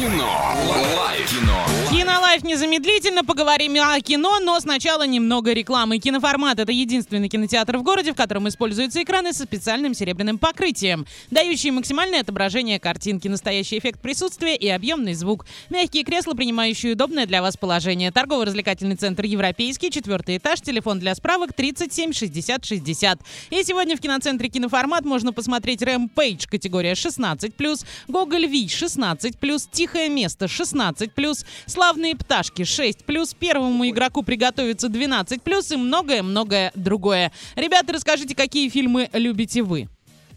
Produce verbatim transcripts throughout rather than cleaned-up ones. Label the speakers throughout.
Speaker 1: Кино. Лайф. Кино.
Speaker 2: Кинолайф незамедлительно, поговорим о кино, но сначала немного рекламы. Киноформат — это единственный кинотеатр в городе, в котором используются экраны со специальным серебряным покрытием, дающие максимальное отображение картинки, настоящий эффект присутствия и объемный звук. Мягкие кресла, принимающие удобное для вас положение. Торгово-развлекательный центр «Европейский», четвертый этаж, телефон для справок тридцать семь шестьдесят шестьдесят. И сегодня в киноцентре «Киноформат» можно посмотреть «Рэмпейдж» категория шестнадцать плюс, «Гоголь Вий» шестнадцать плюс, «Тихое место» шестнадцать плюс, «Славные пташки» шесть плюс, «Первому игроку приготовиться» двенадцать плюс и многое-многое другое. Ребята, расскажите, какие фильмы любите вы?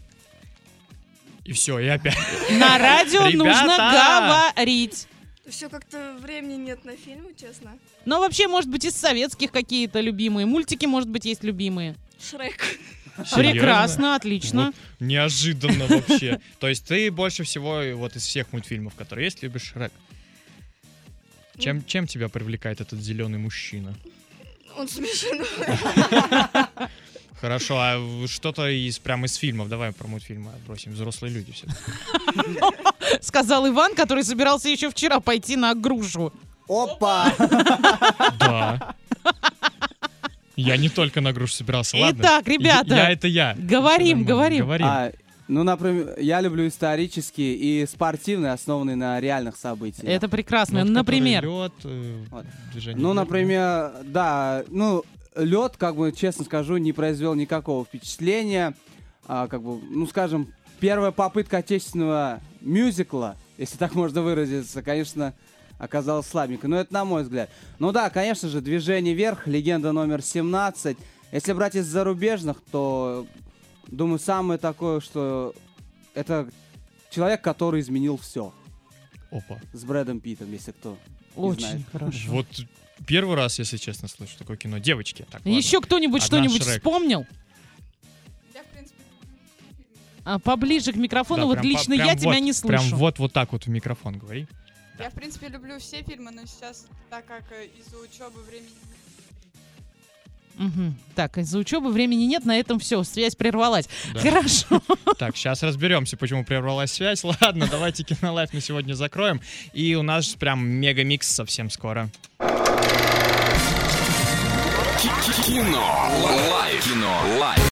Speaker 3: И все, и опять.
Speaker 2: На радио нужно говорить.
Speaker 4: Все как-то времени нет на фильмы, честно.
Speaker 2: Но вообще, может быть, из советских какие-то любимые. Мультики, может быть, есть любимые.
Speaker 4: Шрек.
Speaker 2: Прекрасно, отлично.
Speaker 3: Вот неожиданно вообще. То есть ты больше всего вот из всех мультфильмов, которые есть, любишь Шрек. Чем, чем тебя привлекает этот зеленый мужчина?
Speaker 4: Он смешной.
Speaker 3: Хорошо, а что-то из прямо из фильмов? Давай про мультфильмы отбросим. Взрослые люди все.
Speaker 2: Сказал Иван, который собирался еще вчера пойти на грушу.
Speaker 5: Опа!
Speaker 3: Да. Я не только на грушу собирался, ладно?
Speaker 2: Итак, ребята,
Speaker 3: Я, я это я.
Speaker 2: говорим, говорим.
Speaker 3: говорим.
Speaker 5: А, ну, например, я люблю исторические и спортивные, основанные на реальных событиях.
Speaker 2: Это прекрасно.
Speaker 3: Ну, вот
Speaker 2: Например,
Speaker 3: который лед, э,
Speaker 5: Вот.
Speaker 3: движение
Speaker 5: Ну,
Speaker 3: льда.
Speaker 5: например, да, ну, лед, как бы, честно скажу, не произвел никакого впечатления. А, как бы, ну, скажем, первая попытка отечественного мюзикла, если так можно выразиться, конечно, оказалась слабенькой. Но это на мой взгляд. Ну да, конечно же, «Движение вверх», «Легенда номер семнадцать». Если брать из зарубежных, то, думаю, самое такое, что это человек, который изменил все.
Speaker 3: Опа.
Speaker 5: С Брэдом Питтом, если кто не
Speaker 2: очень
Speaker 5: знает.
Speaker 2: хорошо.
Speaker 3: Вот первый раз, если честно, слышу такое кино. Девочки. Так, ладно.
Speaker 2: Еще кто-нибудь
Speaker 3: Одна
Speaker 2: что-нибудь
Speaker 3: Шрек.
Speaker 2: вспомнил?
Speaker 4: Я, в принципе,
Speaker 2: А, поближе к микрофону,
Speaker 3: Да,
Speaker 2: вот
Speaker 3: прям по-
Speaker 2: лично
Speaker 3: прям
Speaker 2: я тебя
Speaker 3: вот-
Speaker 2: не слышу.
Speaker 3: Прям вот, вот так вот в микрофон говори.
Speaker 6: Я, в принципе, люблю все фильмы, но сейчас, так как э, из-за учебы времени нет.
Speaker 2: Мгм. Так, из-за учебы времени нет, на этом все, связь прервалась.
Speaker 3: Да.
Speaker 2: Хорошо.
Speaker 3: Так, сейчас разберемся, почему прервалась связь. Ладно, давайте Кинолайф на сегодня закроем. И у нас прям мега-микс совсем скоро.
Speaker 1: Кино. Лайф. Кино. Лайф.